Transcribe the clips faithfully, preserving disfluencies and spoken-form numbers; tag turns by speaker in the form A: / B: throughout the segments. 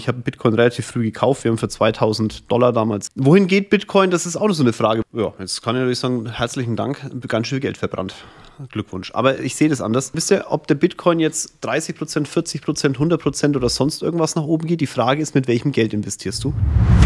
A: Ich habe Bitcoin relativ früh gekauft. Wir haben für zweitausend Dollar damals. Wohin geht Bitcoin? Das ist auch noch so eine Frage. Ja, jetzt kann ich natürlich sagen, herzlichen Dank, ganz schön Geld verbrannt. Glückwunsch. Aber ich sehe das anders. Wisst ihr, ob der Bitcoin jetzt dreißig Prozent, vierzig Prozent, hundert Prozent oder sonst irgendwas nach oben geht? Die Frage ist, mit welchem Geld investierst du?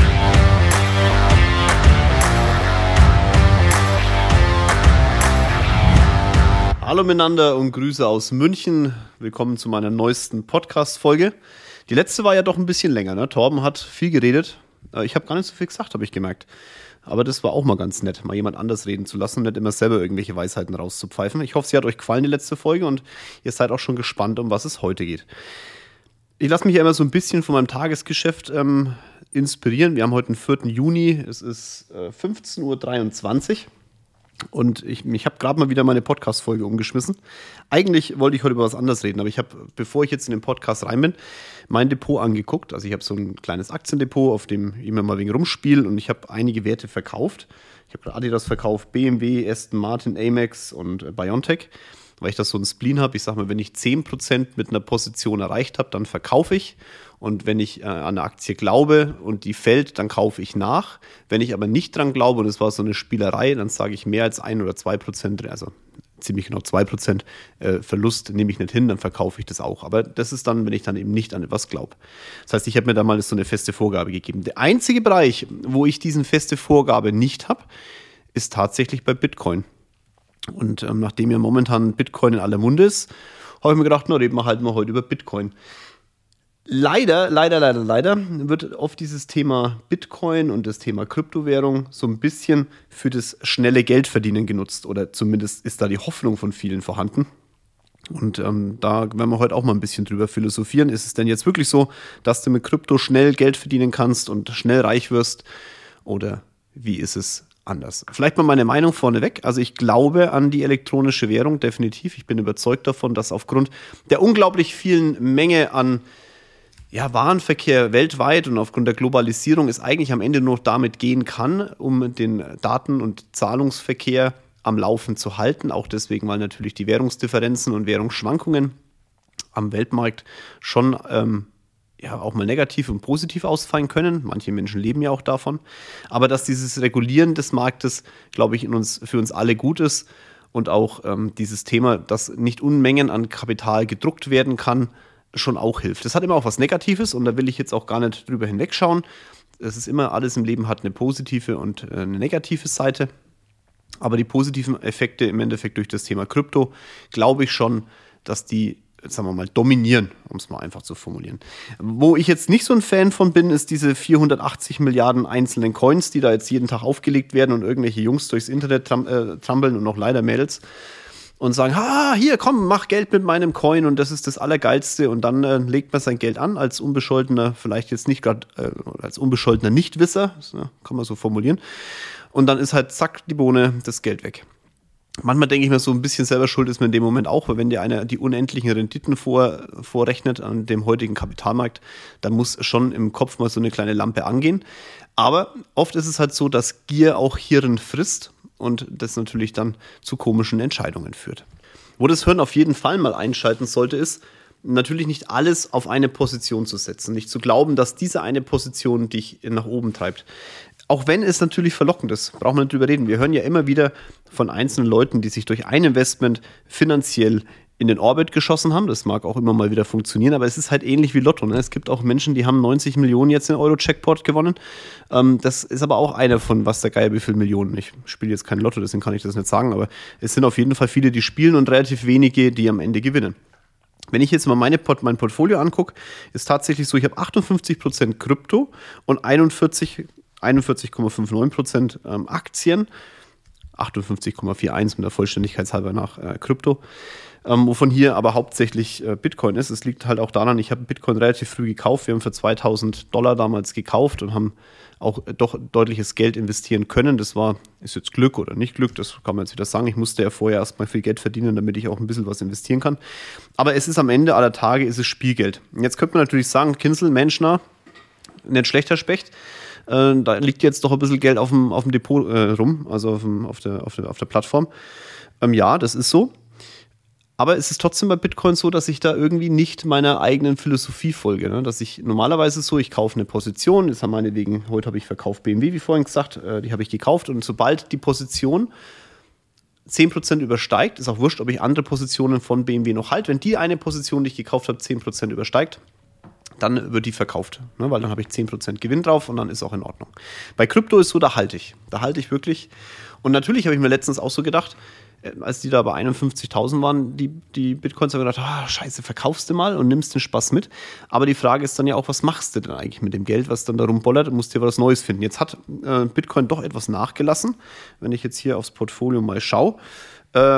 A: Hallo miteinander und Grüße aus München. Willkommen zu meiner neuesten Podcast-Folge. Die letzte war ja doch ein bisschen länger, ne? Torben hat viel geredet. Ich habe gar nicht so viel gesagt, habe ich gemerkt. Aber das war auch mal ganz nett, mal jemand anders reden zu lassen und nicht immer selber irgendwelche Weisheiten rauszupfeifen. Ich hoffe, sie hat euch gefallen, die letzte Folge, und ihr seid auch schon gespannt, um was es heute geht. Ich lasse mich ja immer so ein bisschen von meinem Tagesgeschäft ähm, inspirieren. Wir haben heute den vierten Juni, es ist äh, fünfzehn Uhr dreiundzwanzig. Und ich, ich habe gerade mal wieder meine Podcast-Folge umgeschmissen. Eigentlich wollte ich heute über was anderes reden, aber ich habe, bevor ich jetzt in den Podcast rein bin, mein Depot angeguckt. Also ich habe so ein kleines Aktiendepot, auf dem ich immer mal wegen rumspiele, und ich habe einige Werte verkauft. Ich habe Adidas verkauft, B M W, Aston Martin, Amex und äh, BioNTech, weil ich das so ein Spleen habe. Ich sage mal, wenn ich zehn Prozent mit einer Position erreicht habe, dann verkaufe ich. Und wenn ich äh, an eine Aktie glaube und die fällt, dann kaufe ich nach. Wenn ich aber nicht dran glaube und es war so eine Spielerei, dann sage ich mehr als ein oder zwei Prozent, also ziemlich genau zwei Prozent äh, Verlust nehme ich nicht hin, dann verkaufe ich das auch. Aber das ist dann, wenn ich dann eben nicht an etwas glaube. Das heißt, ich habe mir da mal so eine feste Vorgabe gegeben. Der einzige Bereich, wo ich diese feste Vorgabe nicht habe, ist tatsächlich bei Bitcoin. Und ähm, nachdem ja momentan Bitcoin in aller Munde ist, habe ich mir gedacht, na, reden wir halt mal heute über Bitcoin. Leider, leider, leider, leider wird oft dieses Thema Bitcoin und das Thema Kryptowährung so ein bisschen für das schnelle Geldverdienen genutzt. Oder zumindest ist da die Hoffnung von vielen vorhanden. Und ähm, da werden wir heute auch mal ein bisschen drüber philosophieren. Ist es denn jetzt wirklich so, dass du mit Krypto schnell Geld verdienen kannst und schnell reich wirst? Oder wie ist es anders? Vielleicht mal meine Meinung vorneweg. Also ich glaube an die elektronische Währung, definitiv. Ich bin überzeugt davon, dass aufgrund der unglaublich vielen Menge an ja, Warenverkehr weltweit und aufgrund der Globalisierung es eigentlich am Ende nur damit gehen kann, um den Daten- und Zahlungsverkehr am Laufen zu halten. Auch deswegen, weil natürlich die Währungsdifferenzen und Währungsschwankungen am Weltmarkt schon ähm, ja, auch mal negativ und positiv ausfallen können. Manche Menschen leben ja auch davon. Aber dass dieses Regulieren des Marktes, glaube ich, in uns, für uns alle gut ist, und auch ähm, dieses Thema, dass nicht Unmengen an Kapital gedruckt werden kann, schon auch hilft. Das hat immer auch was Negatives, und da will ich jetzt auch gar nicht drüber hinwegschauen. Es ist immer, alles im Leben hat eine positive und eine negative Seite. Aber die positiven Effekte im Endeffekt durch das Thema Krypto, glaube ich schon, dass die, sagen wir mal, dominieren, um es mal einfach zu formulieren. Wo ich jetzt nicht so ein Fan von bin, ist diese vierhundertachtzig Milliarden einzelnen Coins, die da jetzt jeden Tag aufgelegt werden und irgendwelche Jungs durchs Internet tram- äh, trampeln und noch leider Mädels und sagen, ah, hier, komm, mach Geld mit meinem Coin und das ist das Allergeilste, und dann äh, legt man sein Geld an als unbescholtener, vielleicht jetzt nicht gerade, äh, als unbescholtener Nichtwisser, ja, kann man so formulieren, und dann ist halt zack, die Bohne, das Geld weg. Manchmal denke ich mir, so ein bisschen selber schuld ist man in dem Moment auch, weil wenn dir einer die unendlichen Renditen vor, vorrechnet an dem heutigen Kapitalmarkt, dann muss schon im Kopf mal so eine kleine Lampe angehen. Aber oft ist es halt so, dass Gier auch Hirn frisst und das natürlich dann zu komischen Entscheidungen führt. Wo das Hirn auf jeden Fall mal einschalten sollte, ist, natürlich nicht alles auf eine Position zu setzen. Nicht zu glauben, dass diese eine Position dich nach oben treibt. Auch wenn es natürlich verlockend ist, braucht man nicht drüber reden. Wir hören ja immer wieder von einzelnen Leuten, die sich durch ein Investment finanziell in den Orbit geschossen haben. Das mag auch immer mal wieder funktionieren, aber es ist halt ähnlich wie Lotto, ne? Es gibt auch Menschen, die haben neunzig Millionen jetzt in Euro-Jackpot gewonnen. Ähm, das ist aber auch einer von was der Geier wie viel Millionen. Ich spiele jetzt kein Lotto, deswegen kann ich das nicht sagen, aber es sind auf jeden Fall viele, die spielen, und relativ wenige, die am Ende gewinnen. Wenn ich jetzt mal meine Port- mein Portfolio angucke, ist tatsächlich so, ich habe achtundfünfzig Prozent Krypto und einundvierzig Komma neunundfünfzig Prozent ähm, Aktien, achtundfünfzig Komma einundvierzig mit der Vollständigkeitshalber nach äh, Krypto, ähm, wovon hier aber hauptsächlich äh, Bitcoin ist. Es liegt halt auch daran, ich habe Bitcoin relativ früh gekauft. Wir haben für zweitausend Dollar damals gekauft und haben auch äh, doch deutliches Geld investieren können. Das war, ist jetzt Glück oder nicht Glück, das kann man jetzt wieder sagen. Ich musste ja vorher erstmal viel Geld verdienen, damit ich auch ein bisschen was investieren kann. Aber es ist am Ende aller Tage ist es Spielgeld. Und jetzt könnte man natürlich sagen, Kinzel, Menschner, nicht schlechter Specht. Äh, da liegt jetzt doch ein bisschen Geld auf dem, auf dem Depot äh, rum, also auf, dem, auf, der, auf, der, auf der Plattform. Ähm, ja, das ist so. Aber es ist trotzdem bei Bitcoin so, dass ich da irgendwie nicht meiner eigenen Philosophie folge. Ne? Dass ich normalerweise so, ich kaufe eine Position, jetzt haben meinetwegen, heute habe ich verkauft B M W, wie vorhin gesagt, äh, die habe ich gekauft und sobald die Position zehn Prozent übersteigt, ist auch wurscht, ob ich andere Positionen von B M W noch halte, wenn die eine Position, die ich gekauft habe, zehn Prozent übersteigt, dann wird die verkauft, ne? Weil dann habe ich zehn Prozent Gewinn drauf und dann ist auch in Ordnung. Bei Krypto ist so, da halte ich, da halte ich wirklich. Und natürlich habe ich mir letztens auch so gedacht, als die da bei einundfünfzigtausend waren, die, die Bitcoins, habe ich gedacht, ah, scheiße, verkaufst du mal und nimmst den Spaß mit. Aber die Frage ist dann ja auch, was machst du denn eigentlich mit dem Geld, was dann da rumbollert? Du musst dir was Neues finden. Jetzt hat äh, Bitcoin doch etwas nachgelassen. Wenn ich jetzt hier aufs Portfolio mal schaue, äh,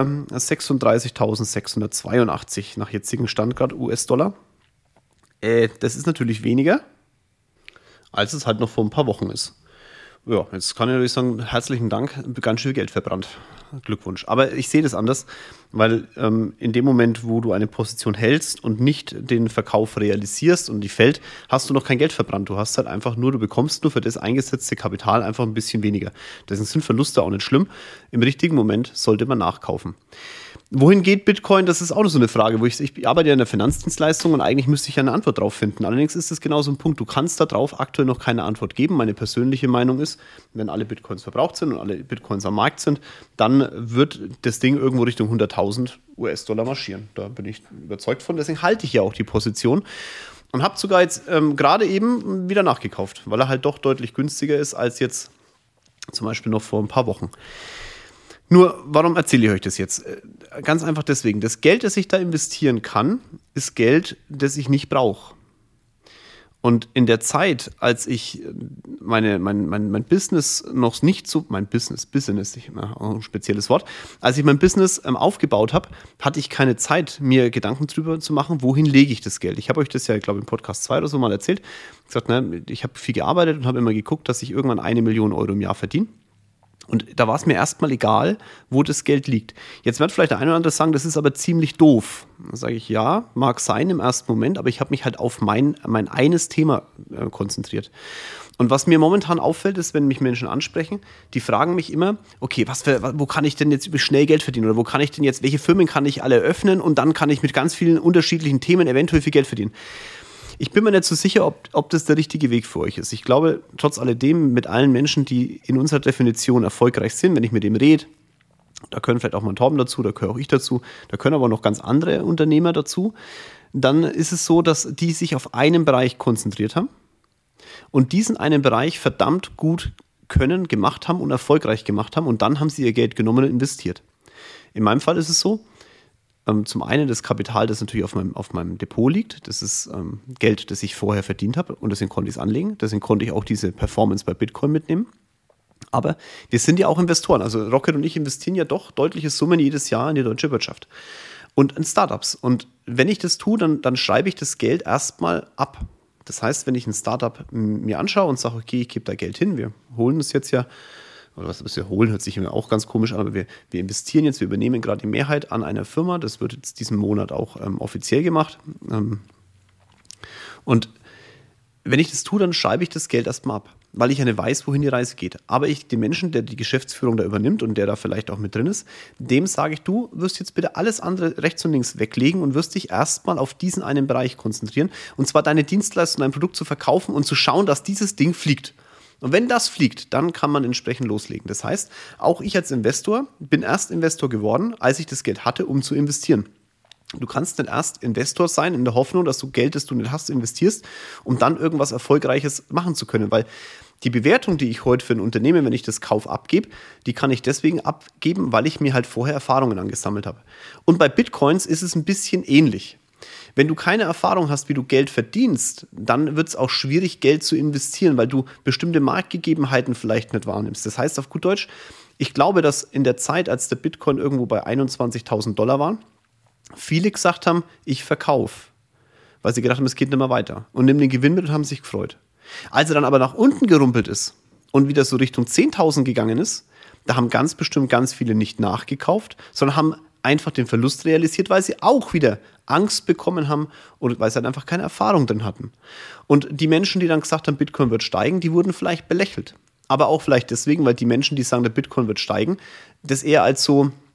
A: sechsunddreißigtausendsechshundertzweiundachtzig nach jetzigem Stand gerade U S-Dollar. Äh, das ist natürlich weniger, als es halt noch vor ein paar Wochen ist. Ja, jetzt kann ich natürlich sagen, herzlichen Dank, ganz schön Geld verbrannt. Glückwunsch. Aber ich sehe das anders, weil ähm, in dem Moment, wo du eine Position hältst und nicht den Verkauf realisierst und die fällt, hast du noch kein Geld verbrannt. Du hast halt einfach nur, du bekommst nur für das eingesetzte Kapital einfach ein bisschen weniger. Deswegen sind Verluste auch nicht schlimm. Im richtigen Moment sollte man nachkaufen. Wohin geht Bitcoin? Das ist auch noch so eine Frage, wo ich, ich arbeite ja in der Finanzdienstleistung und eigentlich müsste ich ja eine Antwort drauf finden. Allerdings ist das genau so ein Punkt. Du kannst darauf aktuell noch keine Antwort geben. Meine persönliche Meinung ist, wenn alle Bitcoins verbraucht sind und alle Bitcoins am Markt sind, dann wird das Ding irgendwo Richtung hunderttausend U S-Dollar marschieren. Da bin ich überzeugt von. Deswegen halte ich ja auch die Position und habe sogar jetzt ähm, gerade eben wieder nachgekauft, weil er halt doch deutlich günstiger ist als jetzt zum Beispiel noch vor ein paar Wochen. Nur, warum erzähle ich euch das jetzt? Ganz einfach deswegen. Das Geld, das ich da investieren kann, ist Geld, das ich nicht brauche. Und in der Zeit, als ich meine, mein, mein, mein Business noch nicht so, mein Business, Business, ich, auch ein spezielles Wort, als ich mein Business ähm, aufgebaut habe, hatte ich keine Zeit, mir Gedanken drüber zu machen, wohin lege ich das Geld. Ich habe euch das ja, ich glaube, im Podcast zwei oder so mal erzählt. Ich habe gesagt, ne, ich habe viel gearbeitet und habe immer geguckt, dass ich irgendwann eine Million Euro im Jahr verdiene. Und da war es mir erstmal egal, wo das Geld liegt. Jetzt wird vielleicht der eine oder andere sagen, das ist aber ziemlich doof. Dann sage ich, ja, mag sein im ersten Moment, aber ich habe mich halt auf mein, mein eines Thema äh, konzentriert. Und was mir momentan auffällt, ist, wenn mich Menschen ansprechen, die fragen mich immer, okay, was für, wo kann ich denn jetzt schnell Geld verdienen? Oder wo kann ich denn jetzt, welche Firmen kann ich alle eröffnen? Und dann kann ich mit ganz vielen unterschiedlichen Themen eventuell viel Geld verdienen. Ich bin mir nicht so sicher, ob, ob das der richtige Weg für euch ist. Ich glaube, trotz alledem, mit allen Menschen, die in unserer Definition erfolgreich sind, wenn ich mit dem rede, da können vielleicht auch mal ein Torben dazu, da gehöre auch ich dazu, da können aber noch ganz andere Unternehmer dazu, dann ist es so, dass die sich auf einen Bereich konzentriert haben und diesen einen Bereich verdammt gut können, gemacht haben und erfolgreich gemacht haben und dann haben sie ihr Geld genommen und investiert. In meinem Fall ist es so, zum einen das Kapital, das natürlich auf meinem, auf meinem Depot liegt. Das ist ähm, Geld, das ich vorher verdient habe und deswegen konnte ich es anlegen. Deswegen konnte ich auch diese Performance bei Bitcoin mitnehmen. Aber wir sind ja auch Investoren. Also Rocket und ich investieren ja doch deutliche Summen jedes Jahr in die deutsche Wirtschaft und in Startups. Und wenn ich das tue, dann, dann schreibe ich das Geld erstmal ab. Das heißt, wenn ich ein Startup mir anschaue und sage, okay, ich gebe da Geld hin, wir holen es jetzt ja, oder was wir holen, hört sich immer auch ganz komisch an, aber wir, wir investieren jetzt, wir übernehmen gerade die Mehrheit an einer Firma, das wird jetzt diesen Monat auch ähm, offiziell gemacht. Ähm, und wenn ich das tue, dann schreibe ich das Geld erstmal ab, weil ich ja nicht weiß, wohin die Reise geht. Aber ich, den Menschen, der die Geschäftsführung da übernimmt und der da vielleicht auch mit drin ist, dem sage ich, du wirst jetzt bitte alles andere rechts und links weglegen und wirst dich erstmal auf diesen einen Bereich konzentrieren, und zwar deine Dienstleistung, dein Produkt zu verkaufen und zu schauen, dass dieses Ding fliegt. Und wenn das fliegt, dann kann man entsprechend loslegen. Das heißt, auch ich als Investor bin erst Investor geworden, als ich das Geld hatte, um zu investieren. Du kannst nicht erst Investor sein in der Hoffnung, dass du Geld, das du nicht hast, investierst, um dann irgendwas Erfolgreiches machen zu können. Weil die Bewertung, die ich heute für ein Unternehmen, wenn ich das Kauf abgebe, die kann ich deswegen abgeben, weil ich mir halt vorher Erfahrungen angesammelt habe. Und bei Bitcoins ist es ein bisschen ähnlich. Wenn du keine Erfahrung hast, wie du Geld verdienst, dann wird es auch schwierig, Geld zu investieren, weil du bestimmte Marktgegebenheiten vielleicht nicht wahrnimmst. Das heißt auf gut Deutsch, ich glaube, dass in der Zeit, als der Bitcoin irgendwo bei einundzwanzigtausend Dollar war, viele gesagt haben, ich verkaufe, weil sie gedacht haben, es geht nicht mehr weiter. Und nehmen den Gewinn mit und haben sich gefreut. Als er dann aber nach unten gerumpelt ist und wieder so Richtung zehntausend gegangen ist, da haben ganz bestimmt ganz viele nicht nachgekauft, sondern haben einfach den Verlust realisiert, weil sie auch wieder Angst bekommen haben und weil sie halt einfach keine Erfahrung drin hatten. Und die Menschen, die dann gesagt haben, Bitcoin wird steigen, die wurden vielleicht belächelt. Aber auch vielleicht deswegen, weil die Menschen, die sagen, der Bitcoin wird steigen, das eher als so,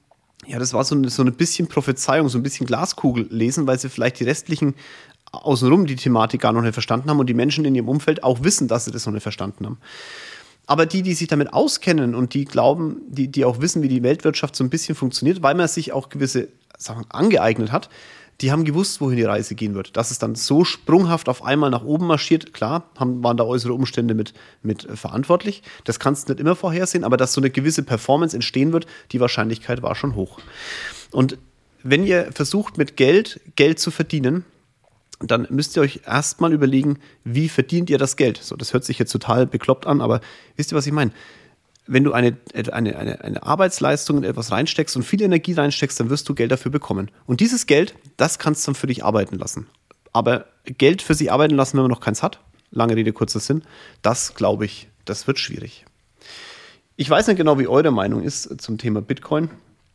A: ja, das war so ein so ein bisschen Prophezeiung, so ein bisschen Glaskugel lesen, weil sie vielleicht die restlichen außenrum die Thematik gar noch nicht verstanden haben und die Menschen in ihrem Umfeld auch wissen, dass sie das noch nicht verstanden haben. Aber die, die sich damit auskennen und die glauben, die, die auch wissen, wie die Weltwirtschaft so ein bisschen funktioniert, weil man sich auch gewisse Sachen angeeignet hat, die haben gewusst, wohin die Reise gehen wird. Dass es dann so sprunghaft auf einmal nach oben marschiert, klar, haben, waren da äußere Umstände mit, mit verantwortlich. Das kannst du nicht immer vorhersehen, aber dass so eine gewisse Performance entstehen wird, die Wahrscheinlichkeit war schon hoch. Und wenn ihr versucht, mit Geld Geld zu verdienen, dann müsst ihr euch erstmal überlegen, wie verdient ihr das Geld? So, das hört sich jetzt total bekloppt an, aber wisst ihr, was ich meine? Wenn du eine, eine, eine, eine Arbeitsleistung in etwas reinsteckst und viel Energie reinsteckst, dann wirst du Geld dafür bekommen. Und dieses Geld, das kannst du dann für dich arbeiten lassen. Aber Geld für sich arbeiten lassen, wenn man noch keins hat, lange Rede, kurzer Sinn, das glaube ich, das wird schwierig. Ich weiß nicht genau, wie eure Meinung ist zum Thema Bitcoin,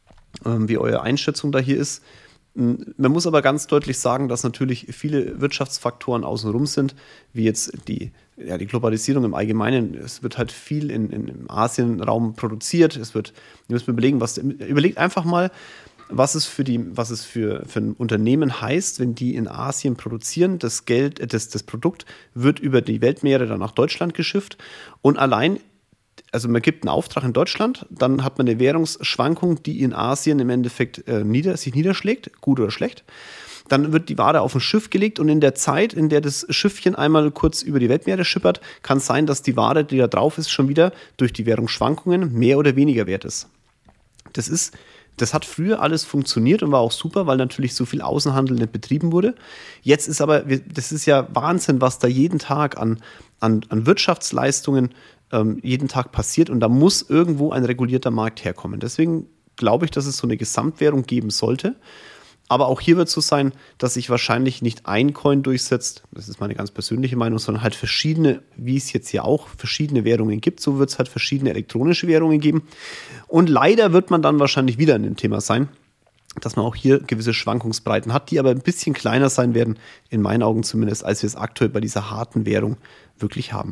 A: wie eure Einschätzung da hier ist. Man muss aber ganz deutlich sagen, dass natürlich viele Wirtschaftsfaktoren außenrum sind, wie jetzt die, ja, die Globalisierung im Allgemeinen. Es wird halt viel in, in, im Asienraum produziert. Es wird, ihr müsst mir überlegen, was, überlegt einfach mal, was es für die, was es für, für ein Unternehmen heißt, wenn die in Asien produzieren. Das Geld, das, das Produkt wird über die Weltmeere dann nach Deutschland geschifft und allein also man gibt einen Auftrag in Deutschland, dann hat man eine Währungsschwankung, die in Asien im Endeffekt äh, nieder, sich niederschlägt, gut oder schlecht. Dann wird die Ware auf ein Schiff gelegt und in der Zeit, in der das Schiffchen einmal kurz über die Weltmeere schippert, kann es sein, dass die Ware, die da drauf ist, schon wieder durch die Währungsschwankungen mehr oder weniger wert ist. Das ist, das hat früher alles funktioniert und war auch super, weil natürlich so viel Außenhandel nicht betrieben wurde. Jetzt ist aber, das ist ja Wahnsinn, was da jeden Tag an, an, an Wirtschaftsleistungen ähm, jeden Tag passiert und da muss irgendwo ein regulierter Markt herkommen. Deswegen glaube ich, dass es so eine Gesamtwährung geben sollte. Aber auch hier wird es so sein, dass sich wahrscheinlich nicht ein Coin durchsetzt, das ist meine ganz persönliche Meinung, sondern halt verschiedene, wie es jetzt hier auch verschiedene Währungen gibt, so wird es halt verschiedene elektronische Währungen geben. Und leider wird man dann wahrscheinlich wieder in dem Thema sein, dass man auch hier gewisse Schwankungsbreiten hat, die aber ein bisschen kleiner sein werden, in meinen Augen zumindest, als wir es aktuell bei dieser harten Währung wirklich haben.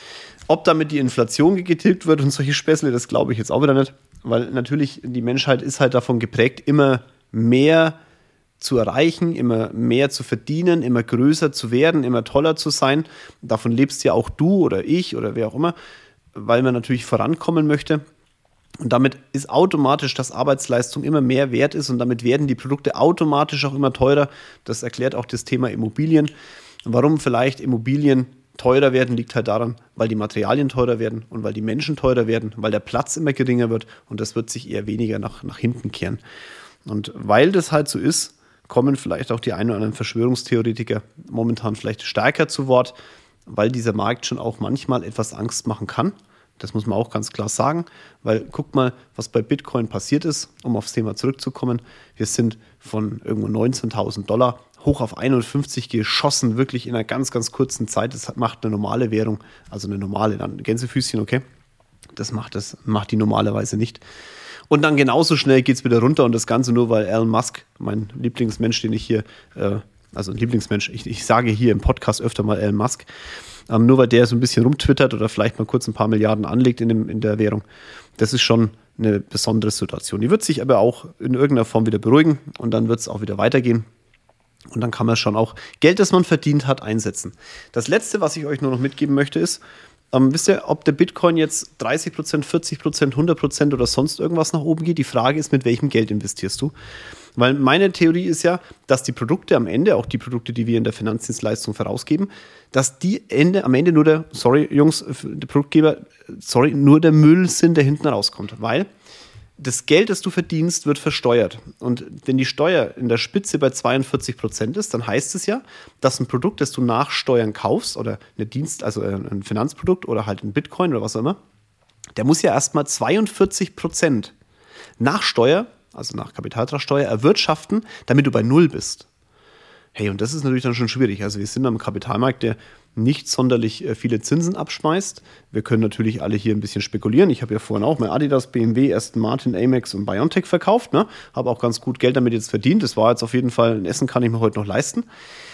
A: Ob damit die Inflation getilgt wird und solche Späßle, das glaube ich jetzt auch wieder nicht, weil natürlich die Menschheit ist halt davon geprägt, immer mehr zu erreichen, immer mehr zu verdienen, immer größer zu werden, immer toller zu sein. Davon lebst ja auch du oder ich oder wer auch immer, weil man natürlich vorankommen möchte. Und damit ist automatisch, dass Arbeitsleistung immer mehr wert ist und damit werden die Produkte automatisch auch immer teurer. Das erklärt auch das Thema Immobilien. Warum vielleicht Immobilien teurer werden, liegt halt daran, weil die Materialien teurer werden und weil die Menschen teurer werden, weil der Platz immer geringer wird und das wird sich eher weniger nach, nach hinten kehren. Und weil das halt so ist, kommen vielleicht auch die ein oder anderen Verschwörungstheoretiker momentan vielleicht stärker zu Wort, weil dieser Markt schon auch manchmal etwas Angst machen kann. Das muss man auch ganz klar sagen, weil guck mal, was bei Bitcoin passiert ist, um aufs Thema zurückzukommen. Wir sind von irgendwo neunzehntausend Dollar hoch auf einundfünfzig geschossen, wirklich in einer ganz, ganz kurzen Zeit. Das macht eine normale Währung, also eine normale, dann Gänsefüßchen, okay. Das macht, das macht die normalerweise nicht. Und dann genauso schnell geht es wieder runter und das Ganze nur, weil Elon Musk, mein Lieblingsmensch, den ich hier, äh, also ein Lieblingsmensch, ich, ich sage hier im Podcast öfter mal Elon Musk, ähm, nur weil der so ein bisschen rumtwittert oder vielleicht mal kurz ein paar Milliarden anlegt in, dem, in der Währung. Das ist schon eine besondere Situation. Die wird sich aber auch in irgendeiner Form wieder beruhigen und dann wird es auch wieder weitergehen. Und dann kann man schon auch Geld, das man verdient hat, einsetzen. Das Letzte, was ich euch nur noch mitgeben möchte, ist, ähm, wisst ihr, ob der Bitcoin jetzt dreißig Prozent, vierzig Prozent, hundert Prozent oder sonst irgendwas nach oben geht? Die Frage ist, mit welchem Geld investierst du? Weil meine Theorie ist ja, dass die Produkte am Ende, auch die Produkte, die wir in der Finanzdienstleistung vorausgeben, dass die Ende, am Ende nur der, sorry Jungs, der Produktgeber, sorry, nur der Müll sind, der hinten rauskommt. Weil das Geld, das du verdienst, wird versteuert. Und wenn die Steuer in der Spitze bei zweiundvierzig Prozent ist, dann heißt es ja, dass ein Produkt, das du nach Steuern kaufst, oder eine Dienst, also ein Finanzprodukt oder halt ein Bitcoin oder was auch immer, der muss ja erstmal zweiundvierzig Prozent nach Steuer, also nach Kapitaltragssteuer, erwirtschaften, damit du bei Null bist. Hey, und das ist natürlich dann schon schwierig. Also wir sind am Kapitalmarkt, der nicht sonderlich viele Zinsen abschmeißt. Wir können natürlich alle hier ein bisschen spekulieren. Ich habe ja vorhin auch mal Adidas, B M W, Aston Martin, Amex und BioNTech verkauft. Ne? Habe auch ganz gut Geld damit jetzt verdient. Das war jetzt auf jeden Fall, ein Essen kann ich mir heute noch leisten.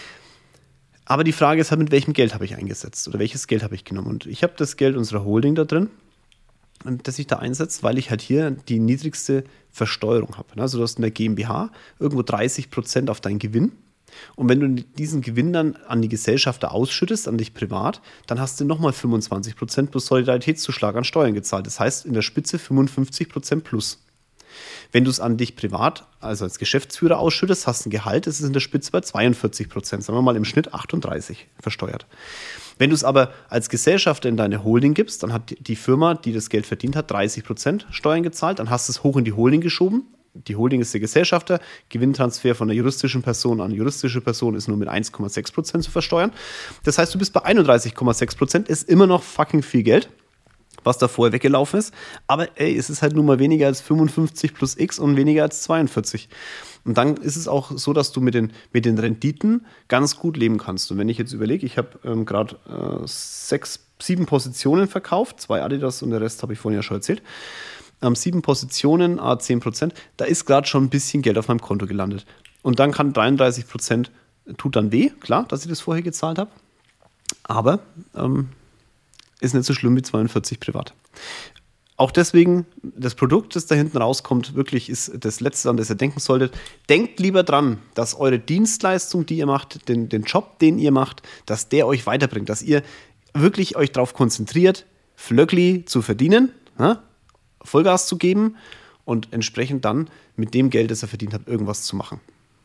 A: Aber die Frage ist halt, mit welchem Geld habe ich eingesetzt oder welches Geld habe ich genommen? Und ich habe das Geld unserer Holding da drin. das sich da einsetzt, weil ich halt hier die niedrigste Versteuerung habe. Also du hast in der GmbH irgendwo dreißig Prozent auf deinen Gewinn. Und wenn du diesen Gewinn dann an die Gesellschafter ausschüttest, an dich privat, dann hast du nochmal fünfundzwanzig Prozent plus Solidaritätszuschlag an Steuern gezahlt. Das heißt in der Spitze fünfundfünfzig Prozent plus. Wenn du es an dich privat, also als Geschäftsführer ausschüttest, hast ein Gehalt, das ist in der Spitze bei zweiundvierzig Prozent, sagen wir mal im Schnitt achtunddreißig versteuert. Wenn du es aber als Gesellschafter in deine Holding gibst, dann hat die Firma, die das Geld verdient hat, dreißig Prozent Steuern gezahlt, dann hast du es hoch in die Holding geschoben. Die Holding ist der Gesellschafter, Gewinntransfer von der juristischen Person an juristische Person ist nur mit eins Komma sechs Prozent zu versteuern. Das heißt, du bist bei einunddreißig Komma sechs Prozent, ist immer noch fucking viel Geld, was da vorher weggelaufen ist. Aber ey, es ist halt nur mal weniger als fünfundfünfzig plus X und weniger als zweiundvierzig. Und dann ist es auch so, dass du mit den, mit den Renditen ganz gut leben kannst. Und wenn ich jetzt überlege, ich habe ähm, gerade äh, sechs, sieben Positionen verkauft, zwei Adidas und der Rest habe ich vorhin ja schon erzählt. Ähm, sieben Positionen, a zehn Prozent, da ist gerade schon ein bisschen Geld auf meinem Konto gelandet. Und dann kann dreiunddreißig Prozent, tut dann weh, klar, dass ich das vorher gezahlt habe. Aber ähm, ist nicht so schlimm wie zweiundvierzig privat. Auch deswegen, das Produkt, das da hinten rauskommt, wirklich ist das Letzte, an das ihr denken solltet. Denkt lieber dran, dass eure Dienstleistung, die ihr macht, den, den Job, den ihr macht, dass der euch weiterbringt, dass ihr wirklich euch darauf konzentriert, Flöckli zu verdienen, ja? Vollgas zu geben und entsprechend dann mit dem Geld, das ihr verdient habt, irgendwas zu machen.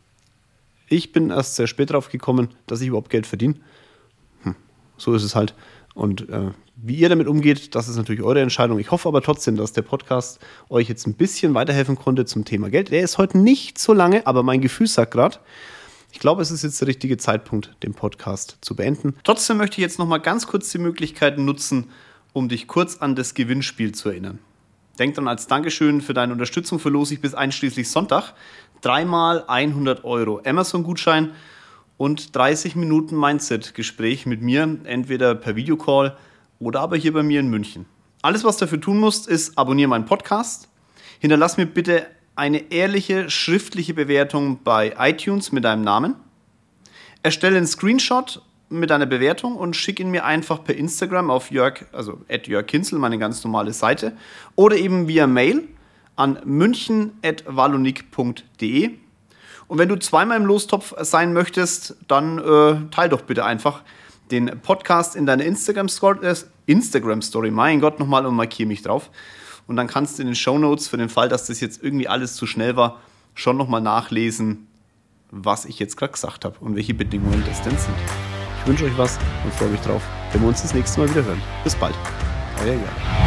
A: Ich bin erst sehr spät drauf gekommen, dass ich überhaupt Geld verdiene. Hm, so ist es halt. Und äh, wie ihr damit umgeht, das ist natürlich eure Entscheidung. Ich hoffe aber trotzdem, dass der Podcast euch jetzt ein bisschen weiterhelfen konnte zum Thema Geld. Der ist heute nicht so lange, aber mein Gefühl sagt gerade, ich glaube, es ist jetzt der richtige Zeitpunkt, den Podcast zu beenden. Trotzdem möchte ich jetzt noch mal ganz kurz die Möglichkeit nutzen, um dich kurz an das Gewinnspiel zu erinnern. Denk dann als Dankeschön für deine Unterstützung verlose ich bis einschließlich Sonntag dreimal hundert Euro Amazon-Gutschein und dreißig Minuten Mindset-Gespräch mit mir, entweder per Videocall oder aber hier bei mir in München. Alles, was du dafür tun musst, ist abonniere meinen Podcast, hinterlass mir bitte eine ehrliche, schriftliche Bewertung bei iTunes mit deinem Namen, erstelle einen Screenshot mit deiner Bewertung und schick ihn mir einfach per Instagram auf Jörg, also at Jörg Kinzel, meine ganz normale Seite, oder eben via Mail an münchen at wallonik punkt de. Und wenn du zweimal im Lostopf sein möchtest, dann äh, teil doch bitte einfach den Podcast in deiner Instagram-Story, äh, Instagram-Story, mein Gott, nochmal und markiere mich drauf. Und dann kannst du in den Shownotes, für den Fall, dass das jetzt irgendwie alles zu schnell war, schon nochmal nachlesen, was ich jetzt gerade gesagt habe und welche Bedingungen das denn sind. Ich wünsche euch was und freue mich drauf, wenn wir uns das nächste Mal wieder hören. Bis bald. Euer Jörg.